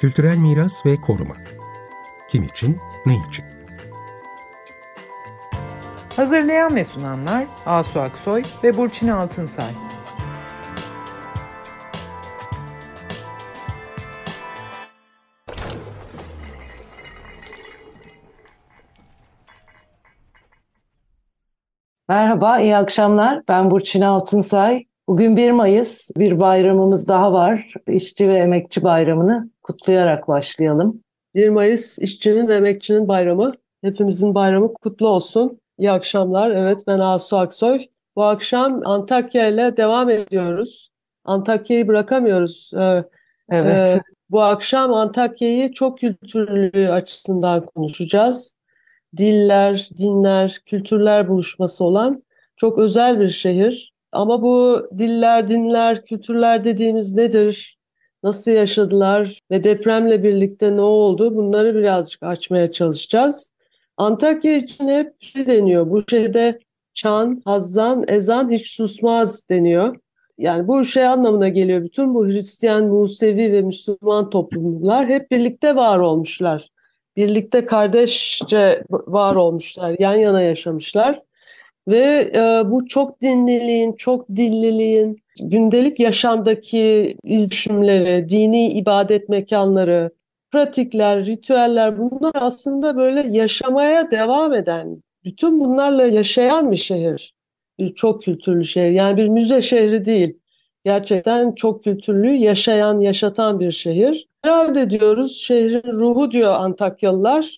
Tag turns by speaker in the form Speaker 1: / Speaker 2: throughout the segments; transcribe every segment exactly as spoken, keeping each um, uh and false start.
Speaker 1: Kültürel miras ve koruma. Kim için, ne için?
Speaker 2: Hazırlayan ve sunanlar Asu Aksoy ve Burçin Altınsay.
Speaker 3: Merhaba, iyi akşamlar. Ben Burçin Altınsay. Bugün bir Mayıs, bir bayramımız daha var. İşçi ve Emekçi Bayramı'nı kutlayarak başlayalım.
Speaker 4: bir Mayıs İşçinin ve Emekçinin Bayramı. Hepimizin bayramı kutlu olsun. İyi akşamlar. Evet, ben Asu Aksoy. Bu akşam Antakya ile devam ediyoruz. Antakya'yı bırakamıyoruz. Ee,
Speaker 3: Evet.
Speaker 4: e, bu akşam Antakya'yı çok kültürlülüğü açısından konuşacağız. Diller, dinler, kültürler buluşması olan çok özel bir şehir. Ama bu diller, dinler, kültürler dediğimiz nedir? Nasıl yaşadılar ve depremle birlikte ne oldu? Bunları birazcık açmaya çalışacağız. Antakya için hep şey deniyor. Bu şehirde çan, hazzan, ezan hiç susmaz deniyor. Yani bu şey anlamına geliyor. Bütün bu Hristiyan, Musevi ve Müslüman toplumlar hep birlikte var olmuşlar. Birlikte kardeşçe var olmuşlar, yan yana yaşamışlar. Ve e, bu çok dinliliğin, çok dilliliğin, gündelik yaşamdaki iz düşümleri, dini ibadet mekanları, pratikler, ritüeller bunlar aslında böyle yaşamaya devam eden, bütün bunlarla yaşayan bir şehir. Bir çok kültürlü şehir. Yani bir müze şehri değil. Gerçekten çok kültürlü, yaşayan, yaşatan bir şehir. Herhalde diyoruz şehrin ruhu diyor Antakyalılar.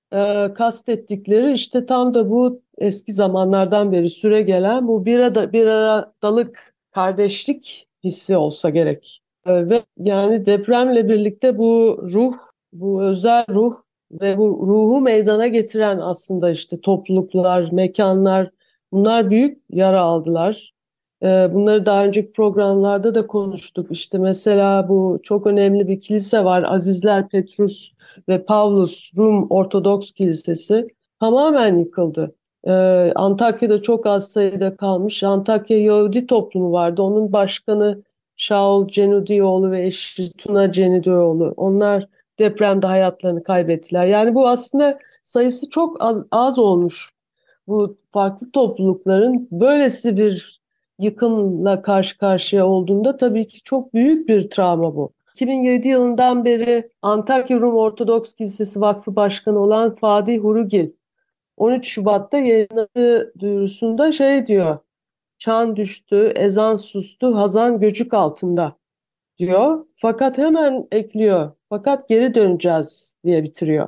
Speaker 4: E, kastettikleri işte tam da bu eski zamanlardan beri süre gelen bu bir, arada, bir aradalık, kardeşlik hissi olsa gerek. E, ve yani depremle birlikte bu ruh, bu özel ruh ve bu ruhu meydana getiren aslında işte topluluklar, mekanlar bunlar büyük yara aldılar. E, bunları daha önceki programlarda da konuştuk. İşte mesela bu çok önemli bir kilise var. Azizler Petrus ve Pavlus Rum Ortodoks Kilisesi tamamen yıkıldı. Ee, Antakya'da çok az sayıda kalmış. Antakya Yahudi toplumu vardı. Onun başkanı Şaul Cenudioğlu ve eşi Tuna Cenudioğlu. Onlar depremde hayatlarını kaybettiler. Yani bu aslında sayısı çok az, az olmuş. Bu farklı toplulukların böylesi bir yıkımla karşı karşıya olduğunda tabii ki çok büyük bir travma bu. iki bin yedi yılından beri Antakya Rum Ortodoks Kilisesi Vakfı Başkanı olan Fadi Hurugil on üç Şubat'ta yayınladığı duyurusunda şey diyor. Çan düştü, ezan sustu, hazan göçük altında diyor. Fakat hemen ekliyor. Fakat geri döneceğiz diye bitiriyor.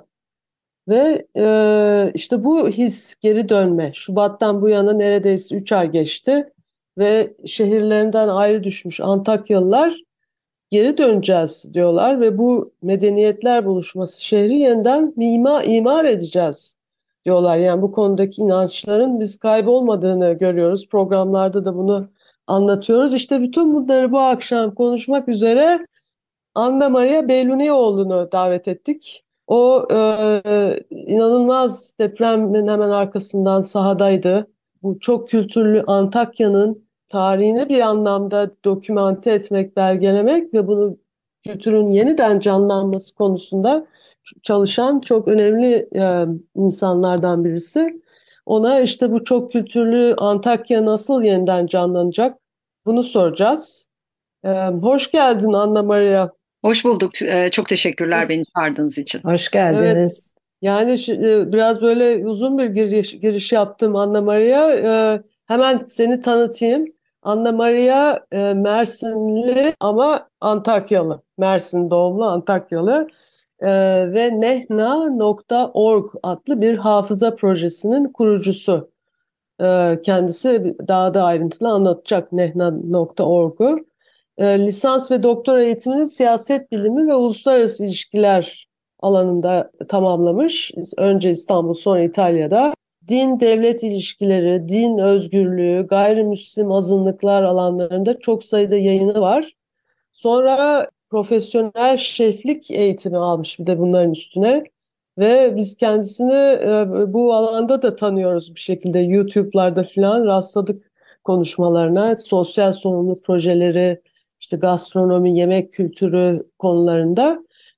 Speaker 4: Ve e, işte bu his geri dönme. Şubat'tan bu yana neredeyse üç ay geçti. Ve şehirlerinden ayrı düşmüş Antakyalılar geri döneceğiz diyorlar ve bu medeniyetler buluşması şehri yeniden mima, imar edeceğiz diyorlar. Yani bu konudaki inançların biz kaybolmadığını görüyoruz. Programlarda da bunu anlatıyoruz. İşte bütün bunları bu akşam konuşmak üzere Anna Maria Beylunioğlu'nu davet ettik. O e, inanılmaz depremin hemen arkasından sahadaydı. Bu çok kültürlü Antakya'nın tarihini bir anlamda dokümante etmek, belgelemek ve bunu kültürün yeniden canlanması konusunda çalışan çok önemli e, insanlardan birisi. Ona işte bu çok kültürlü Antakya nasıl yeniden canlanacak bunu soracağız. E, hoş geldin Anna Maria.
Speaker 5: Hoş bulduk. Ee, Çok teşekkürler beni çağırdığınız için.
Speaker 3: Hoş
Speaker 4: Evet,
Speaker 3: geldiniz.
Speaker 4: yani şi- e, biraz böyle uzun bir giriş, giriş yaptım Anna Maria. Ee, hemen seni tanıtayım. Anna Maria e, Mersinli ama Antakyalı. Mersin doğumlu Antakyalı. Ee, ve nehna nokta org adlı bir hafıza projesinin kurucusu. Ee, kendisi daha da ayrıntılı anlatacak nehna nokta org'u. Ee, lisans ve doktora eğitimini siyaset bilimi ve uluslararası ilişkiler alanında tamamlamış. Önce İstanbul, sonra İtalya'da. Din, devlet ilişkileri, din özgürlüğü, gayrimüslim azınlıklar alanlarında çok sayıda yayını var. Sonra profesyonel şeflik eğitimi almış bir de bunların üstüne. Ve biz kendisini e, bu alanda da tanıyoruz bir şekilde. YouTube'larda falan rastladık konuşmalarına. Sosyal sorumluluk projeleri, işte gastronomi, yemek kültürü konularında.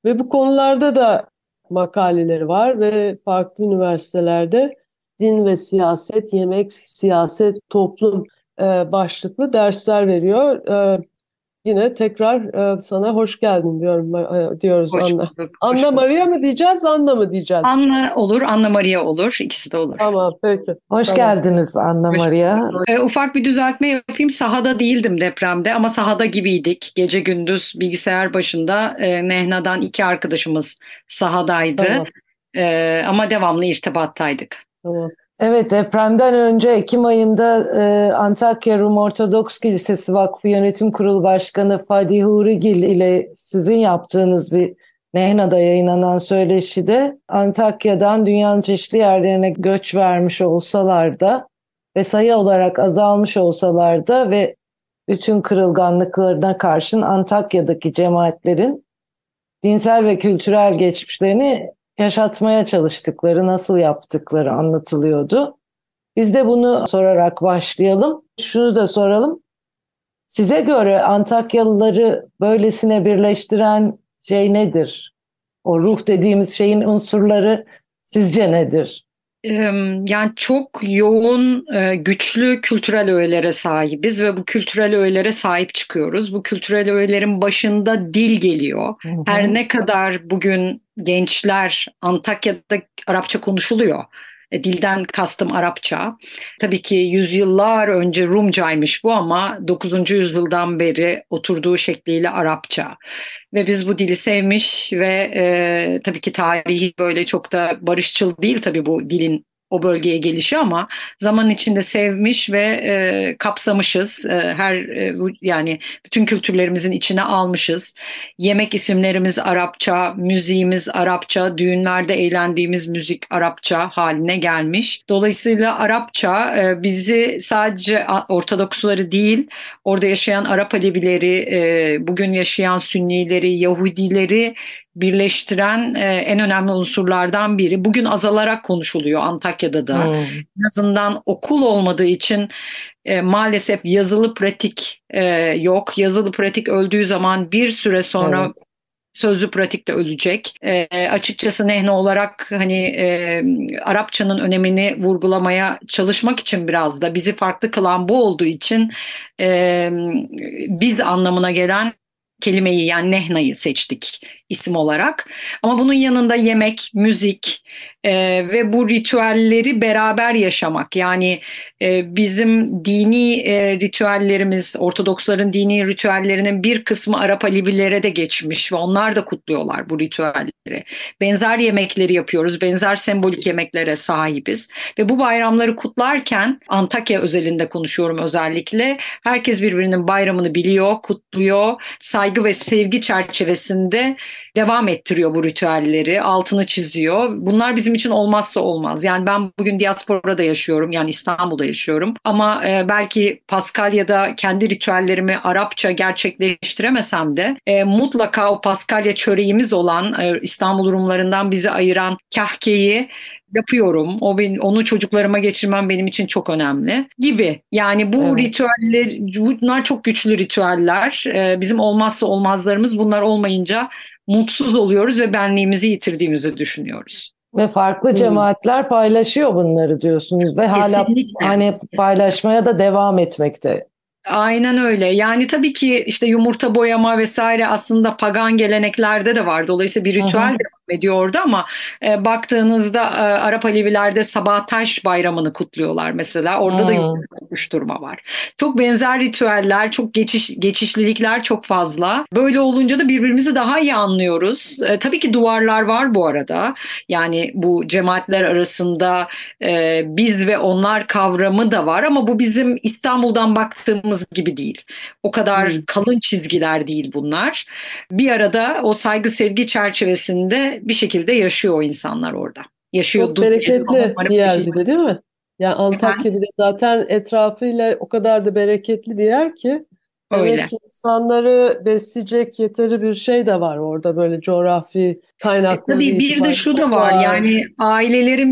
Speaker 4: Ve bu konularda da makaleleri var ve farklı üniversitelerde din ve siyaset, yemek, siyaset, toplum e, başlıklı dersler veriyor. E, yine tekrar e, sana hoş geldin diyorum e, diyoruz
Speaker 5: Hoş
Speaker 4: Anna.
Speaker 5: bulduk,
Speaker 4: Anna
Speaker 5: hoş bulduk.
Speaker 4: Maria mı diyeceğiz, Anna mı diyeceğiz?
Speaker 5: Anna olur, Anna Maria olur. İkisi de olur.
Speaker 4: Tamam, peki.
Speaker 3: Hoş
Speaker 4: Tamam.
Speaker 3: geldiniz Anna Maria.
Speaker 5: E, ufak bir düzeltme yapayım. Sahada değildim depremde ama sahada gibiydik. Gece gündüz bilgisayar başında e, Nehna'dan iki arkadaşımız sahadaydı.
Speaker 4: Tamam,
Speaker 5: E, ama devamlı irtibattaydık.
Speaker 4: tamam.
Speaker 3: Evet, depremden önce Ekim ayında e, Antakya Rum Ortodoks Kilisesi Vakfı Yönetim Kurulu Başkanı Fadi Hurigil ile sizin yaptığınız bir Nehna'da yayınlanan söyleşide Antakya'dan dünyanın çeşitli yerlerine göç vermiş olsalar da ve sayı olarak azalmış olsalar da ve bütün kırılganlıklarına karşın Antakya'daki cemaatlerin dinsel ve kültürel geçmişlerini yaşatmaya çalıştıkları, nasıl yaptıkları anlatılıyordu. Biz de bunu sorarak başlayalım. Şunu da soralım. Size göre Antakyalıları böylesine birleştiren şey nedir? O ruh dediğimiz şeyin unsurları sizce nedir?
Speaker 5: E, Yani çok yoğun, e, güçlü kültürel öğelere sahibiz ve bu kültürel öğelere sahip çıkıyoruz. Bu kültürel öğelerin başında dil geliyor.
Speaker 3: Hı hı.
Speaker 5: Her ne kadar bugün gençler Antakya'da Arapça konuşuluyor. E, Dilden kastım Arapça. Tabii ki yüzyıllar önce Rumcaymış bu ama dokuzuncu yüzyıldan beri oturduğu şekliyle Arapça. Ve biz bu dili sevmiş ve e, tabii ki tarihi böyle çok da barışçıl değil tabii bu dilin o bölgeye gelişi ama zaman içinde sevmiş ve e, kapsamışız. E, her e, bu- yani bütün kültürlerimizin içine almışız. Yemek isimlerimiz Arapça, müziğimiz Arapça, düğünlerde eğlendiğimiz müzik Arapça haline gelmiş. Dolayısıyla Arapça e, bizi sadece A- Ortodoksları değil, orada yaşayan Arap Alevileri, e, bugün yaşayan Sünnileri, Yahudileri birleştiren e, en önemli unsurlardan biri. Bugün azalarak konuşuluyor Antakya'da da.
Speaker 3: Hmm.
Speaker 5: En azından okul olmadığı için e, maalesef yazılı pratik e, yok. Yazılı pratik öldüğü zaman bir süre sonra
Speaker 3: Evet.
Speaker 5: sözlü pratik de ölecek. E, açıkçası Nehne olarak hani e, Arapçanın önemini vurgulamaya çalışmak için biraz da bizi farklı kılan bu olduğu için e, biz anlamına gelen kelimeyi yani Nehna'yı seçtik isim olarak. Ama bunun yanında yemek, müzik e, ve bu ritüelleri beraber yaşamak. Yani e, bizim dini e, ritüellerimiz, Ortodoksların dini ritüellerinin bir kısmı Arap Alevilere de geçmiş ve onlar da kutluyorlar bu ritüelleri. Benzer yemekleri yapıyoruz, benzer sembolik yemeklere sahibiz ve bu bayramları kutlarken Antakya özelinde konuşuyorum özellikle. Herkes birbirinin bayramını biliyor, kutluyor, saygı ve sevgi çerçevesinde devam ettiriyor bu ritüelleri, altını çiziyor. Bunlar bizim için olmazsa olmaz. Yani ben bugün diasporada yaşıyorum, yani İstanbul'da yaşıyorum. Ama e, belki Paskalya'da kendi ritüellerimi Arapça gerçekleştiremesem de e, mutlaka o Paskalya çöreğimiz olan e, İstanbul Rumlarından bizi ayıran kahkeyi yapıyorum. O benim, onu çocuklarıma geçirmem benim için çok önemli gibi. Yani bu
Speaker 3: Evet.
Speaker 5: ritüeller, bunlar çok güçlü ritüeller. Ee, bizim olmazsa olmazlarımız bunlar olmayınca mutsuz oluyoruz ve benliğimizi yitirdiğimizi düşünüyoruz.
Speaker 3: Ve farklı
Speaker 4: Hmm.
Speaker 3: cemaatler paylaşıyor bunları diyorsunuz ve hala
Speaker 5: Kesinlikle.
Speaker 3: hani paylaşmaya da devam etmekte.
Speaker 5: Aynen öyle. Yani tabii ki işte yumurta boyama vesaire aslında pagan geleneklerde de var. Dolayısıyla bir
Speaker 3: Hı
Speaker 5: ritüel
Speaker 3: hı.
Speaker 5: devam ediyor orada ama e, baktığınızda e, Arap Alevilerde Sabahtaş Bayramı'nı kutluyorlar mesela. Orada da
Speaker 3: Hmm.
Speaker 5: yumurta kokuşturma var. Çok benzer ritüeller, çok geçiş, geçişlilikler çok fazla. Böyle olunca da birbirimizi daha iyi anlıyoruz. E, tabii ki duvarlar var bu arada. Yani bu cemaatler arasında e, biz ve onlar kavramı da var ama bu bizim İstanbul'dan baktığımız gibi değil. O kadar
Speaker 4: Hmm.
Speaker 5: kalın çizgiler değil bunlar. Bir arada o saygı sevgi çerçevesinde bir şekilde yaşıyor o insanlar orada.
Speaker 4: Çok
Speaker 5: Yaşıyordu diyelim ama
Speaker 4: bereketli
Speaker 5: umarım
Speaker 4: bir yer bir
Speaker 5: yaşayacak.
Speaker 4: de değil mi? Yani Antakya bir de zaten etrafıyla o kadar da bereketli bir yer ki demek
Speaker 5: Öyle.
Speaker 4: ki insanları besleyecek yeteri bir şey de var orada böyle coğrafi
Speaker 5: E,
Speaker 4: kaynakları
Speaker 5: tabii bir de
Speaker 4: itibariyle
Speaker 5: şu da var
Speaker 4: var.
Speaker 5: yani ailelerin bir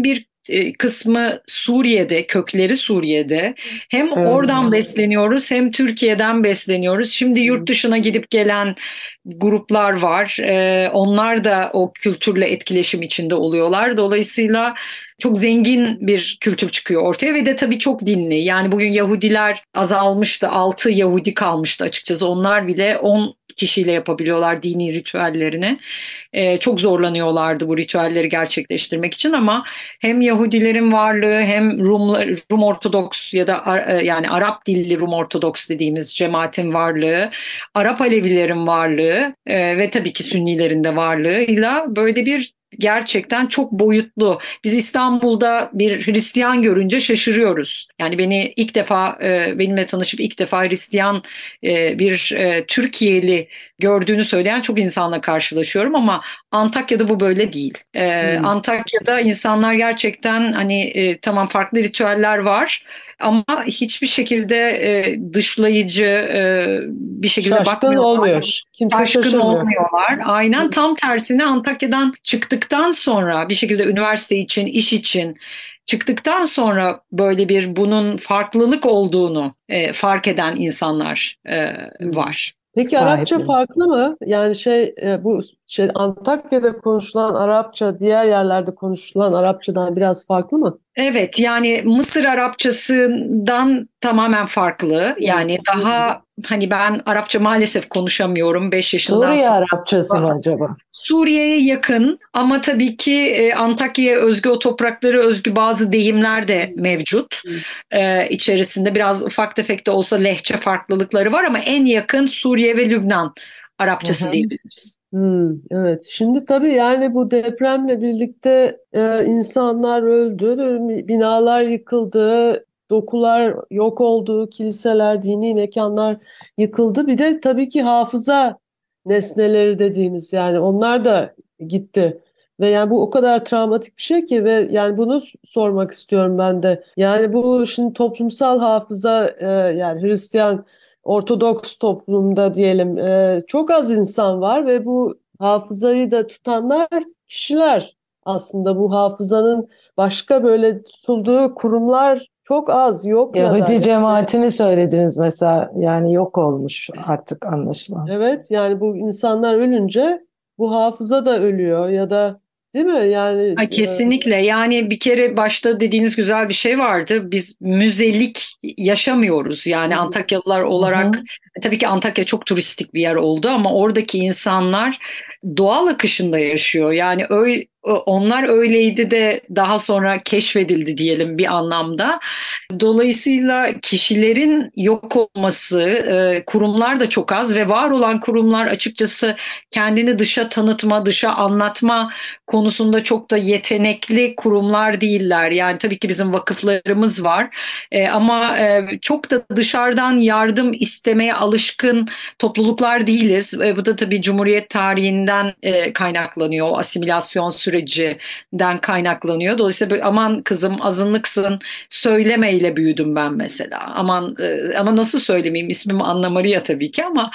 Speaker 5: e, kısmı Suriye'de, kökleri Suriye'de. Hem
Speaker 3: Evet.
Speaker 5: oradan besleniyoruz hem Türkiye'den besleniyoruz. Şimdi yurt dışına gidip gelen gruplar var. E, onlar da o kültürle etkileşim içinde oluyorlar. Dolayısıyla çok zengin bir kültür çıkıyor ortaya ve de tabii çok dinli. Yani bugün Yahudiler azalmıştı, altı Yahudi kalmıştı açıkçası. Onlar bile on kişiyle yapabiliyorlar dini ritüellerini. Ee, çok zorlanıyorlardı bu ritüelleri gerçekleştirmek için ama hem Yahudilerin varlığı hem Rumlar, Rum Ortodoks ya da yani Arap dilli Rum Ortodoks dediğimiz cemaatin varlığı, Arap Alevilerin varlığı e, ve tabii ki Sünnilerin de varlığıyla böyle bir gerçekten çok boyutlu. Biz İstanbul'da bir Hristiyan görünce şaşırıyoruz. Yani beni ilk defa e, benimle tanışıp ilk defa Hristiyan e, bir e, Türkiye'li gördüğünü söyleyen çok insanla karşılaşıyorum ama Antakya'da bu böyle değil. E, hmm. Antakya'da insanlar gerçekten hani e, tamam farklı ritüeller var ama hiçbir şekilde e, dışlayıcı e, bir şekilde
Speaker 4: şaşkın
Speaker 5: bakmıyorlar.
Speaker 4: olmuyor. Kimse
Speaker 5: Şaşkın
Speaker 4: şaşırmıyor.
Speaker 5: olmuyorlar. Aynen tam tersine Antakya'dan çıktıktan sonra bir şekilde üniversite için, iş için çıktıktan sonra böyle bir bunun farklılık olduğunu e, fark eden insanlar e, var.
Speaker 4: Peki
Speaker 3: Sahipli.
Speaker 4: Arapça farklı mı? Yani şey e, bu şey Antakya'da konuşulan Arapça diğer yerlerde konuşulan Arapçadan biraz farklı mı?
Speaker 5: Evet, yani Mısır Arapçasından tamamen farklı. Yani daha hani ben Arapça maalesef konuşamıyorum beş yaşından
Speaker 3: Suriye
Speaker 5: sonra.
Speaker 3: Arapçası mı acaba?
Speaker 5: Suriye'ye yakın ama tabii ki e, Antakya'ya özgü, o topraklara özgü bazı deyimler de mevcut. E, içerisinde biraz ufak tefek de olsa lehçe farklılıkları var ama en yakın Suriye ve Lübnan Arapçası
Speaker 3: Hı hı.
Speaker 5: diyebiliriz.
Speaker 4: Hmm, evet. Şimdi tabii yani bu depremle birlikte e, insanlar öldü, binalar yıkıldı, dokular yok oldu, kiliseler, dini mekanlar yıkıldı. Bir de tabii ki hafıza nesneleri dediğimiz yani onlar da gitti. Ve yani bu o kadar travmatik bir şey ki ve yani bunu sormak istiyorum ben de. Yani bu şimdi toplumsal hafıza e, yani Hristiyan Ortodoks toplumda diyelim e, çok az insan var ve bu hafızayı da tutanlar kişiler. Aslında bu hafızanın başka böyle tutulduğu kurumlar çok az, yok ya da.
Speaker 3: Yahudi cemaatini söylediniz mesela, yani yok olmuş artık anlaşılan.
Speaker 4: Evet, yani bu insanlar ölünce bu hafıza da ölüyor ya da değil mi? Yani
Speaker 5: Ay,
Speaker 4: e,
Speaker 5: kesinlikle. Yani bir kere başta dediğiniz güzel bir şey vardı. Biz müzelik yaşamıyoruz. Yani Antakyalılar olarak
Speaker 3: Hı hı.
Speaker 5: tabii ki Antakya çok turistik bir yer oldu ama oradaki insanlar doğal akışında yaşıyor. Yani öyle, onlar öyleydi de daha sonra keşfedildi diyelim bir anlamda. Dolayısıyla kişilerin yok olması, e, kurumlar da çok az ve var olan kurumlar açıkçası kendini dışa tanıtma, dışa anlatma konusunda çok da yetenekli kurumlar değiller. Yani tabii ki bizim vakıflarımız var e, ama e, çok da dışarıdan yardım istemeye alışkın topluluklar değiliz. E, bu da tabii Cumhuriyet tarihinden e, kaynaklanıyor, o asimilasyon sürecinden kaynaklanıyor. Dolayısıyla böyle, aman kızım azınlıksın söylemeyle büyüdüm ben mesela. Aman e, ama nasıl söylemeyeyim, ismim Anna Maria tabii ki ama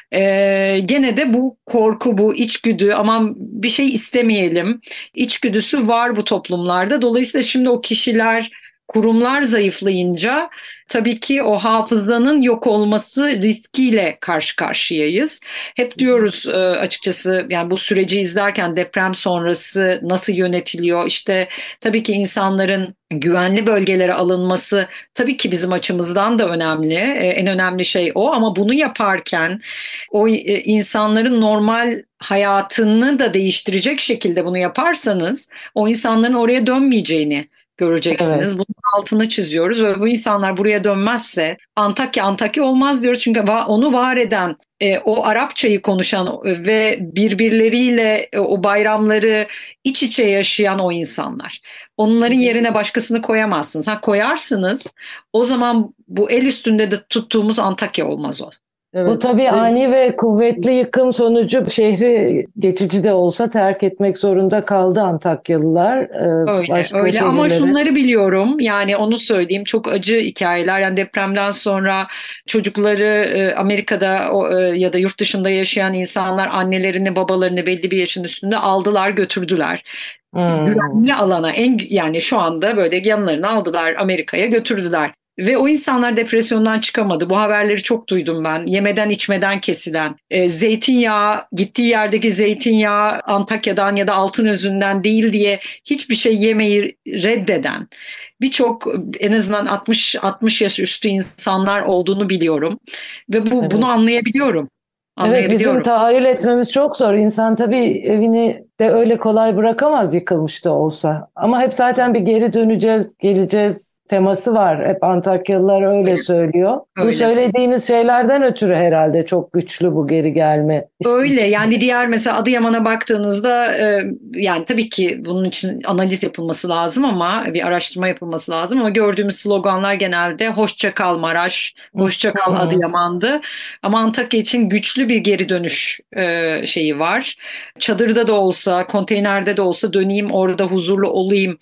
Speaker 5: e, gene de bu korku, bu içgüdü, aman bir şey istemeyelim içgüdüsü var bu toplumlarda. Dolayısıyla şimdi o kişiler, kurumlar zayıflayınca tabii ki o hafızanın yok olması riskiyle karşı karşıyayız. Hep diyoruz e, açıkçası yani bu süreci izlerken deprem sonrası nasıl yönetiliyor? İşte tabii ki insanların güvenli bölgelere alınması tabii ki bizim açımızdan da önemli. E, en önemli şey o ama bunu yaparken o e, insanların normal hayatını da değiştirecek şekilde bunu yaparsanız o insanların oraya dönmeyeceğini göreceksiniz.
Speaker 3: Evet.
Speaker 5: Bunun altını çiziyoruz ve bu insanlar buraya dönmezse Antakya Antakya olmaz diyoruz. Çünkü onu var eden, e, o Arapçayı konuşan ve birbirleriyle e, o bayramları iç içe yaşayan o insanlar. Onların yerine başkasını koyamazsınız. Ha koyarsınız o zaman bu el üstünde de tuttuğumuz Antakya olmaz o.
Speaker 4: Evet.
Speaker 3: Bu tabii ani ve kuvvetli yıkım sonucu şehri geçici de olsa terk etmek zorunda kaldı Antakyalılar. Ee,
Speaker 5: Öyle,
Speaker 3: başka
Speaker 5: öyle ama
Speaker 3: şehirlere.
Speaker 5: şunları biliyorum, yani onu söyleyeyim, çok acı hikayeler. Yani depremden sonra çocukları e, Amerika'da o, e, ya da yurt dışında yaşayan insanlar annelerini babalarını belli bir yaşın üstünde aldılar götürdüler.
Speaker 3: Hmm.
Speaker 5: Güvenli alana, en yani şu anda böyle yanlarına aldılar, Amerika'ya götürdüler. Ve o insanlar depresyondan çıkamadı. Bu haberleri çok duydum ben. Yemeden içmeden kesilen. E, zeytinyağı, gittiği yerdeki zeytinyağı Antakya'dan ya da Altınözü'nden değil diye hiçbir şey yemeyi reddeden. Birçok, en azından altmış altmış yaş üstü insanlar olduğunu biliyorum. Ve bu bunu
Speaker 3: Evet.
Speaker 5: anlayabiliyorum.
Speaker 3: Evet, bizim
Speaker 5: Anlayabiliyorum.
Speaker 3: tahayyül etmemiz çok zor. İnsan tabii evini de öyle kolay bırakamaz yıkılmış da olsa. Ama hep zaten bir geri döneceğiz, geleceğiz teması var. Hep Antakyalılar öyle
Speaker 5: Öyle.
Speaker 3: söylüyor. Bu
Speaker 5: Öyle.
Speaker 3: söylediğiniz şeylerden ötürü herhalde çok güçlü bu geri gelme isteği.
Speaker 5: Öyle, yani diğer mesela Adıyaman'a baktığınızda e, yani tabii ki bunun için analiz yapılması lazım, ama bir araştırma yapılması lazım, ama gördüğümüz sloganlar genelde hoşça kal Maraş, hoşça kal Adıyaman'dı. Ama Antakya için güçlü bir geri dönüş e, şeyi var. Çadırda da olsa, konteynerde de olsa döneyim orada huzurlu olayım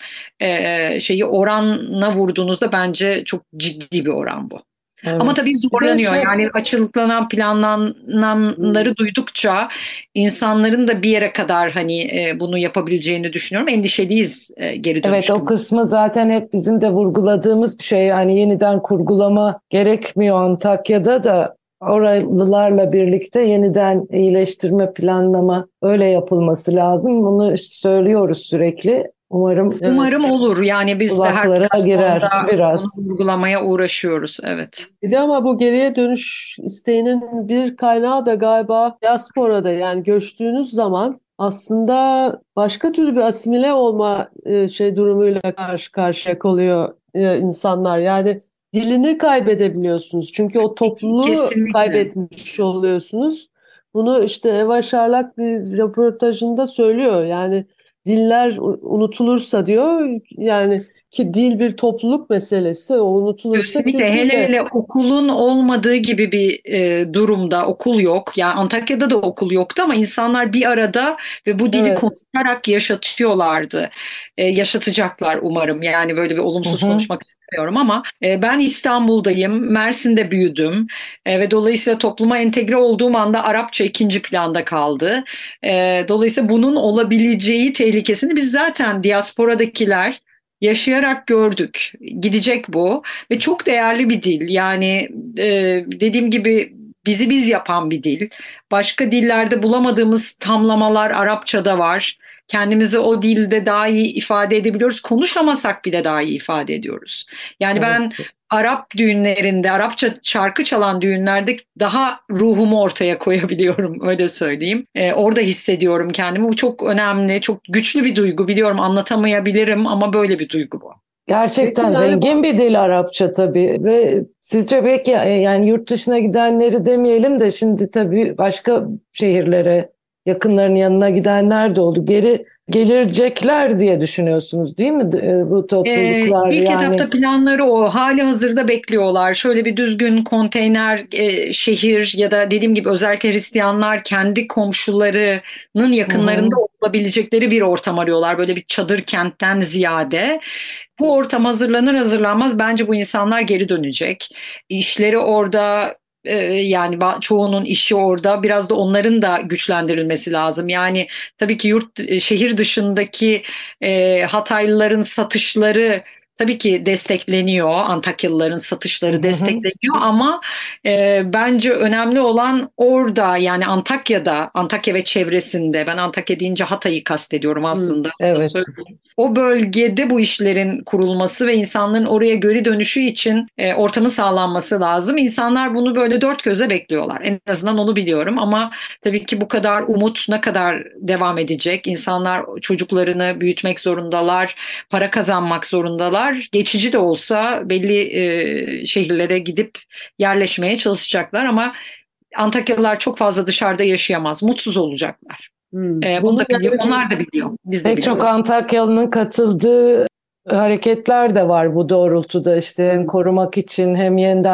Speaker 5: e, şeyi oranına vurduğunuzda bence çok ciddi bir oran bu. Ama tabii
Speaker 3: Evet.
Speaker 4: Bir de
Speaker 5: zorlanıyor.
Speaker 4: şey,
Speaker 5: Yani açıklanan, planlananları duydukça insanların da bir yere kadar hani e, bunu yapabileceğini düşünüyorum. Endişeliyiz e, geri
Speaker 3: Evet,
Speaker 5: dönüş
Speaker 3: o
Speaker 5: konusunda.
Speaker 3: kısmı zaten hep bizim de vurguladığımız bir şey. Yani yeniden kurgulama gerekmiyor Antakya'da da oralılarla birlikte yeniden iyileştirme, planlama öyle yapılması lazım. Bunu söylüyoruz sürekli. Umarım
Speaker 4: evet.
Speaker 5: Umarım olur. Yani biz de her
Speaker 3: kulaklara girer
Speaker 5: platformda bunu
Speaker 3: biraz.
Speaker 5: vurgulamaya uğraşıyoruz. Evet.
Speaker 4: Bir de ama bu geriye dönüş isteğinin bir kaynağı da galiba diasporada, yani göçtüğünüz zaman aslında başka türlü bir asimile olma e, şey durumuyla karşı karşıya kalıyor e, insanlar. Yani dilini kaybedebiliyorsunuz. Çünkü o topluluğu
Speaker 5: Kesinlikle.
Speaker 4: kaybetmiş oluyorsunuz. Bunu işte Eva Şarlak bir röportajında söylüyor. Yani diller u- unutulursa diyor, yani ki dil bir topluluk meselesi. O unutulursa
Speaker 5: Kesinlikle,
Speaker 4: kültür
Speaker 5: hele
Speaker 4: de.
Speaker 5: hele okulun olmadığı gibi bir e, durumda, okul yok. Yani Antakya'da da okul yoktu ama insanlar bir arada ve bu dili
Speaker 4: Evet.
Speaker 5: konuşarak yaşatıyorlardı. E, yaşatacaklar umarım. Yani böyle bir
Speaker 3: Hı
Speaker 5: olumsuz
Speaker 3: hı.
Speaker 5: konuşmak istemiyorum ama e, ben İstanbul'dayım, Mersin'de büyüdüm. E, ve dolayısıyla topluma entegre olduğum anda Arapça ikinci planda kaldı. E, dolayısıyla bunun olabileceği tehlikesini biz zaten diasporadakiler yaşayarak gördük. Gidecek bu. Ve çok değerli bir dil. Yani e, dediğim gibi bizi biz yapan bir dil. Başka dillerde bulamadığımız tamlamalar Arapçada var. Kendimizi o dilde daha iyi ifade edebiliyoruz. Konuşamasak bile daha iyi ifade ediyoruz. Yani ben
Speaker 3: Evet.
Speaker 5: Arap düğünlerinde, Arapça şarkı çalan düğünlerde daha ruhumu ortaya koyabiliyorum, öyle söyleyeyim. Ee, orada hissediyorum kendimi. Bu çok önemli, çok güçlü bir duygu. Biliyorum anlatamayabilirim ama böyle bir duygu bu.
Speaker 4: Peki
Speaker 3: Gerçekten
Speaker 4: yani
Speaker 3: zengin
Speaker 4: bu
Speaker 3: bir dil Arapça tabii ve sizce belki e, yani yurt dışına gidenleri demeyelim de şimdi tabii başka şehirlere yakınların yanına gidenler de oldu. Geri gelecekler diye düşünüyorsunuz değil mi e, bu
Speaker 5: Ee,
Speaker 3: topluluklar
Speaker 5: ilk
Speaker 3: yani?
Speaker 5: etapta planları o. Hali hazırda bekliyorlar. Şöyle bir düzgün konteyner e, şehir ya da dediğim gibi özellikle Hristiyanlar kendi komşularının
Speaker 3: Hı
Speaker 5: yakınlarında
Speaker 3: hı.
Speaker 5: olabilecekleri bir ortam arıyorlar. Böyle bir çadır kentten ziyade. Bu ortam hazırlanır hazırlanmaz bence bu insanlar geri dönecek. İşleri orada, e, yani ba- çoğunun işi orada. Biraz da onların da güçlendirilmesi lazım. Yani tabii ki yurt e, şehir dışındaki e, Hataylıların satışları tabii ki destekleniyor. Antakyalıların
Speaker 3: Hı
Speaker 5: satışları
Speaker 3: hı.
Speaker 5: destekleniyor ama e, bence önemli olan orada, yani Antakya'da, Antakya ve çevresinde. Ben Antakya deyince Hatay'ı kastediyorum
Speaker 4: hmm,
Speaker 5: aslında. Onu da
Speaker 3: Evet.
Speaker 5: söyleyeyim. O bölgede bu işlerin kurulması ve insanların oraya geri dönüşü için e, ortamın sağlanması lazım. İnsanlar bunu böyle dört göze bekliyorlar. En azından onu biliyorum ama tabii ki bu kadar umut ne kadar devam edecek? İnsanlar çocuklarını büyütmek zorundalar, para kazanmak zorundalar. Geçici de olsa belli e, şehirlere gidip yerleşmeye çalışacaklar ama Antakyalılar çok fazla dışarıda yaşayamaz, mutsuz olacaklar.
Speaker 4: hmm.
Speaker 5: E, bunu
Speaker 4: Bunu
Speaker 5: da biliyor,
Speaker 4: yani bir
Speaker 5: onlar da biliyor, biz de
Speaker 3: Pek çok
Speaker 5: biliyoruz.
Speaker 3: Antakyalı'nın katıldığı hareketler de var bu doğrultuda işte hem korumak için hem yeniden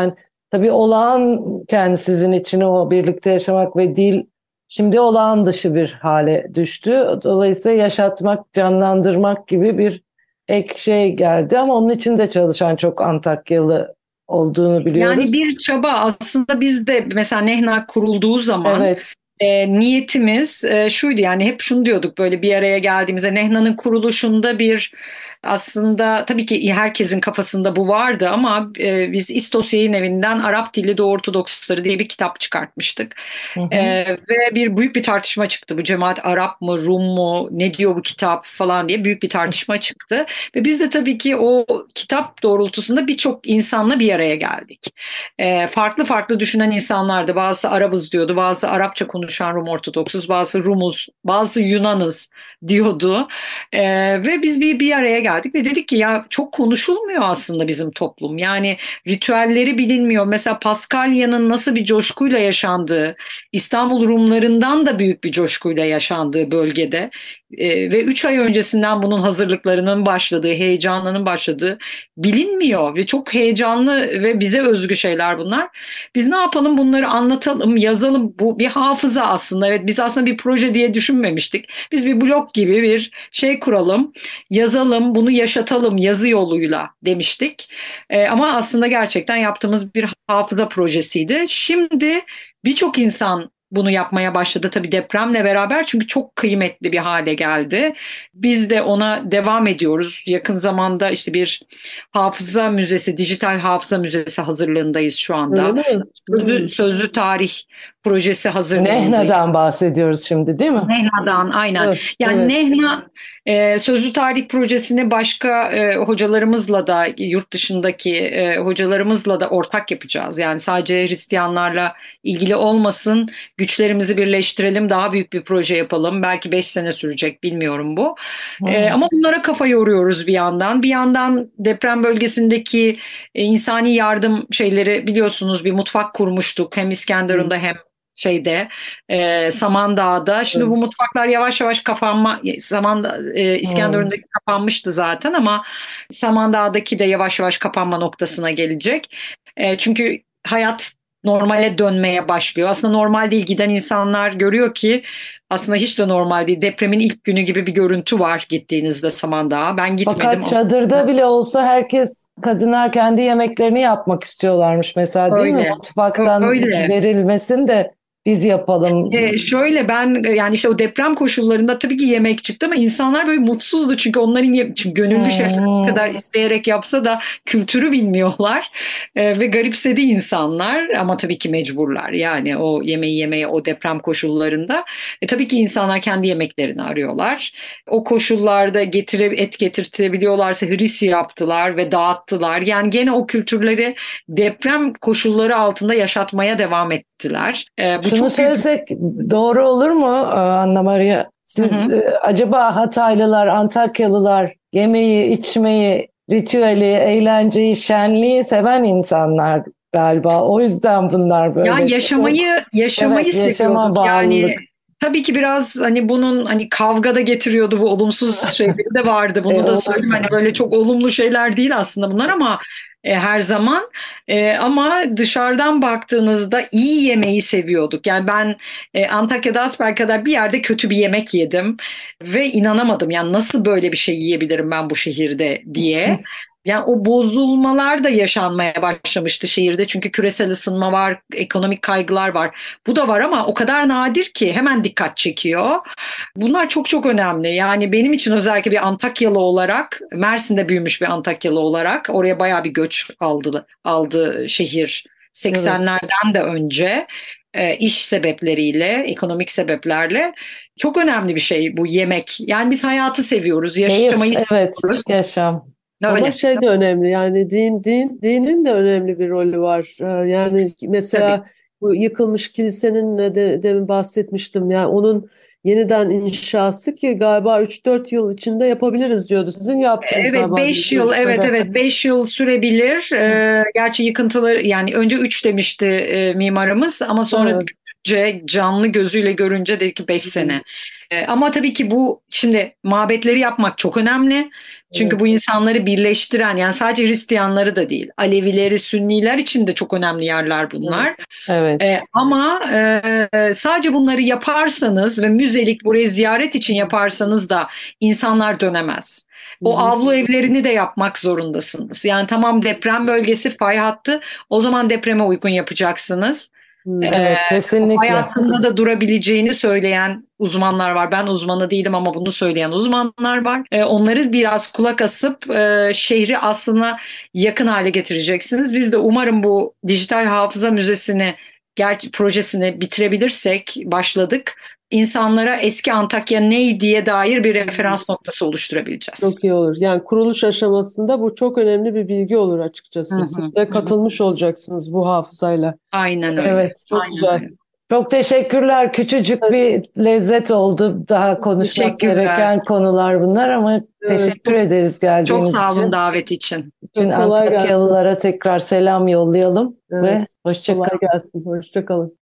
Speaker 3: tabii olağanken sizin için o birlikte yaşamak ve dil şimdi olağan dışı bir hale düştü. Dolayısıyla yaşatmak, canlandırmak gibi bir ek şey geldi ama onun için de çalışan çok Antakyalı olduğunu biliyoruz.
Speaker 5: Yani bir çaba aslında biz de mesela Nehna kurulduğu zaman
Speaker 3: Evet.
Speaker 5: E, niyetimiz e, şuydu, yani hep şunu diyorduk böyle bir araya geldiğimizde, Nehna'nın kuruluşunda bir aslında tabii ki herkesin kafasında bu vardı ama e, biz İstos Yayın Evi'nden Arap Dilli Doğu Ortodoksları diye bir kitap çıkartmıştık.
Speaker 3: Hı hı.
Speaker 5: E, ve bir büyük bir tartışma çıktı, bu cemaat Arap mı Rum mu, ne diyor bu kitap falan diye büyük bir tartışma çıktı ve biz de tabii ki o kitap doğrultusunda birçok insanla bir araya geldik. E, farklı farklı düşünen insanlardı, bazısı Arabız diyordu, bazısı Arapça konuşuyordu, konuşan Rum Ortodoksuz, bazı Rumuz, bazı Yunanız diyordu. Ee, ve biz bir bir araya geldik ve dedik ki ya çok konuşulmuyor aslında bizim toplum. Yani ritüelleri bilinmiyor. Mesela Paskalya'nın nasıl bir coşkuyla yaşandığı, İstanbul Rumlarından da büyük bir coşkuyla yaşandığı bölgede ee, ve üç ay öncesinden bunun hazırlıklarının başladığı, heyecanının başladığı bilinmiyor ve çok heyecanlı ve bize özgü şeyler bunlar. Biz ne yapalım, bunları anlatalım, yazalım. Bu bir hafıza aslında. Evet, biz aslında bir proje diye düşünmemiştik. Biz bir blog gibi bir şey kuralım, yazalım, bunu yaşatalım yazı yoluyla demiştik. Ee, ama aslında gerçekten yaptığımız bir hafıza projesiydi. Şimdi birçok insan bunu yapmaya başladı tabii depremle beraber, çünkü çok kıymetli bir hale geldi. Biz de ona devam ediyoruz. Yakın zamanda işte bir hafıza müzesi, dijital hafıza müzesi hazırlığındayız şu
Speaker 4: Öyle
Speaker 5: anda.
Speaker 4: mi?
Speaker 5: Sözlü,
Speaker 4: Hmm.
Speaker 5: sözlü tarih projesi hazırlığındayız.
Speaker 3: Nehna'dan bahsediyoruz şimdi, değil mi?
Speaker 5: Nehna'dan aynen.
Speaker 4: Evet,
Speaker 5: Yani
Speaker 4: evet.
Speaker 5: Nehna e, sözlü tarih projesini başka e, hocalarımızla da, yurt dışındaki e, hocalarımızla da ortak yapacağız. Yani sadece Hristiyanlarla ilgili olmasın, güçlerimizi birleştirelim, daha büyük bir proje yapalım. Belki beş sene sürecek, bilmiyorum bu. E,
Speaker 3: Hı.
Speaker 5: ama bunlara kafa yoruyoruz bir yandan. Bir yandan deprem bölgesindeki e, insani yardım şeyleri, biliyorsunuz bir mutfak kurmuştuk. Hem İskenderun'da hem şeyde e, Samandağ'da. Şimdi
Speaker 4: Evet.
Speaker 5: bu mutfaklar yavaş yavaş kapanma, Samandağ, e,
Speaker 3: Hı.
Speaker 5: İskenderun'daki kapanmıştı zaten ama Samandağ'daki de yavaş yavaş kapanma noktasına gelecek. E, çünkü hayat normale dönmeye başlıyor. Aslında normal değil, giden insanlar görüyor ki aslında hiç de normal değil. Depremin ilk günü gibi bir görüntü var gittiğinizde Samandağ'a. Ben gitmedim
Speaker 3: Fakat
Speaker 5: ama
Speaker 3: çadırda bile olsa herkes, kadınlar kendi yemeklerini yapmak istiyorlarmış mesela, değil mi?
Speaker 5: öyle.
Speaker 3: Mutfaktan
Speaker 5: Öyle.
Speaker 3: verilmesin de biz yapalım.
Speaker 5: E, şöyle ben e, yani işte o deprem koşullarında tabii ki yemek çıktı ama insanlar böyle mutsuzdu, çünkü onların ye- çünkü gönüllü şefler ne
Speaker 3: Hmm.
Speaker 5: kadar isteyerek yapsa da kültürü bilmiyorlar. E, ve garipsedi insanlar ama tabii ki mecburlar, yani o yemeği yemeye o deprem koşullarında. E, tabii ki insanlar kendi yemeklerini arıyorlar. O koşullarda getire, et getirtebiliyorlarsa hrisi yaptılar ve dağıttılar. Yani gene o kültürleri deprem koşulları altında yaşatmaya devam ettiler. E, bu
Speaker 3: Şunu
Speaker 5: çok büyük.
Speaker 3: söylesek doğru olur mu e, Anna Maria?
Speaker 5: Hı
Speaker 3: Siz
Speaker 5: hı.
Speaker 3: e, acaba Hataylılar, Antakyalılar yemeği, içmeyi, ritüeli, eğlenceyi, şenliği seven insanlar galiba. O yüzden bunlar
Speaker 5: Ya
Speaker 3: böyle çok,
Speaker 5: yaşamayı yaşamayı
Speaker 3: evet, yaşama
Speaker 5: seviyorduk. Yani
Speaker 3: bağlılık.
Speaker 5: tabii ki biraz hani bunun hani kavga da getiriyordu, bu olumsuz şeyleri de vardı.
Speaker 3: E,
Speaker 5: Bunu da söyleyeyim,
Speaker 3: olurdu.
Speaker 5: hani böyle çok olumlu şeyler değil aslında bunlar ama e, her zaman. E, ama dışarıdan baktığınızda iyi yemeği seviyorduk. Yani ben e, Antakya'da asbelkader bir yerde kötü bir yemek yedim ve inanamadım. Yani nasıl böyle bir şey yiyebilirim ben bu şehirde diye. Yani o bozulmalar da yaşanmaya başlamıştı şehirde. Çünkü küresel ısınma var, ekonomik kaygılar var. Bu da var ama o kadar nadir ki hemen dikkat çekiyor. Bunlar çok çok önemli. Yani benim için özellikle bir Antakyalı olarak, Mersin'de büyümüş bir Antakyalı olarak, oraya bayağı bir göç aldı, aldı şehir
Speaker 4: Evet.
Speaker 5: seksenlerden de önce, e, iş sebepleriyle, ekonomik sebeplerle çok önemli bir şey bu yemek. Yani biz hayatı seviyoruz,
Speaker 3: Keyif,
Speaker 5: yaşamayı
Speaker 3: evet,
Speaker 5: seviyoruz.
Speaker 3: yaşam.
Speaker 4: Ama
Speaker 5: Öyle.
Speaker 4: şey de önemli, yani din din dinin de önemli bir rolü var. Ee, Yani
Speaker 5: Tabii.
Speaker 4: mesela bu yıkılmış kilisenin de, de demin bahsetmiştim. Yani onun yeniden inşası ki galiba üç dört yıl içinde yapabiliriz diyordu. Sizin yaptınız
Speaker 5: Evet,
Speaker 4: galiba bir
Speaker 5: beş yıl, evet
Speaker 4: görüşmede.
Speaker 5: evet, beş yıl sürebilir. Ee, gerçi yıkıntıları, yani önce üç demişti e, mimarımız ama sonra
Speaker 4: Evet.
Speaker 5: canlı gözüyle görünce dedi ki beş sene. E, ama tabii ki bu şimdi mabetleri yapmak çok önemli. Çünkü
Speaker 4: Evet.
Speaker 5: bu insanları birleştiren, yani sadece Hristiyanları da değil, Alevileri, Sünniler için de çok önemli yerler bunlar.
Speaker 3: Evet.
Speaker 5: E, ama e, sadece bunları yaparsanız ve müzelik burayı ziyaret için yaparsanız da insanlar dönemez. O
Speaker 4: Hı hı.
Speaker 5: avlu evlerini de yapmak zorundasınız. Yani tamam, deprem bölgesi, fay hattı, o zaman depreme uygun yapacaksınız.
Speaker 4: Hı.
Speaker 5: E,
Speaker 3: Evet,
Speaker 5: Fay
Speaker 3: kesinlikle.
Speaker 5: hattında da durabileceğini söyleyen uzmanlar var. Ben uzmanı değilim ama bunu söyleyen uzmanlar var. E, onları biraz kulak asıp e, şehri aslında yakın hale getireceksiniz. Biz de umarım bu dijital hafıza müzesini, ger- projesini bitirebilirsek, başladık. İnsanlara eski Antakya ne diye dair bir referans noktası oluşturabileceğiz.
Speaker 4: Çok iyi olur. Yani kuruluş aşamasında bu çok önemli bir bilgi olur
Speaker 5: Hı
Speaker 4: açıkçası.
Speaker 5: hı,
Speaker 4: Siz de
Speaker 5: hı hı.
Speaker 4: katılmış olacaksınız bu hafızayla.
Speaker 5: Aynen öyle.
Speaker 3: Evet.
Speaker 4: Çok
Speaker 5: Aynen
Speaker 4: güzel.
Speaker 5: öyle.
Speaker 3: Çok teşekkürler. Küçücük bir lezzet oldu. Daha konuşmak
Speaker 5: Teşekkürler.
Speaker 3: gereken konular bunlar ama
Speaker 4: Evet.
Speaker 3: teşekkür ederiz
Speaker 5: Çok
Speaker 3: geldiğiniz
Speaker 5: sağ olun
Speaker 3: için.
Speaker 5: davet için.
Speaker 3: Bütün
Speaker 4: Çok kolay gelsin.
Speaker 3: Antakyalılara tekrar selam yollayalım ve
Speaker 4: Evet.
Speaker 3: hoşça
Speaker 4: Kolay
Speaker 3: kalın.
Speaker 4: gelsin. Hoşça kalın.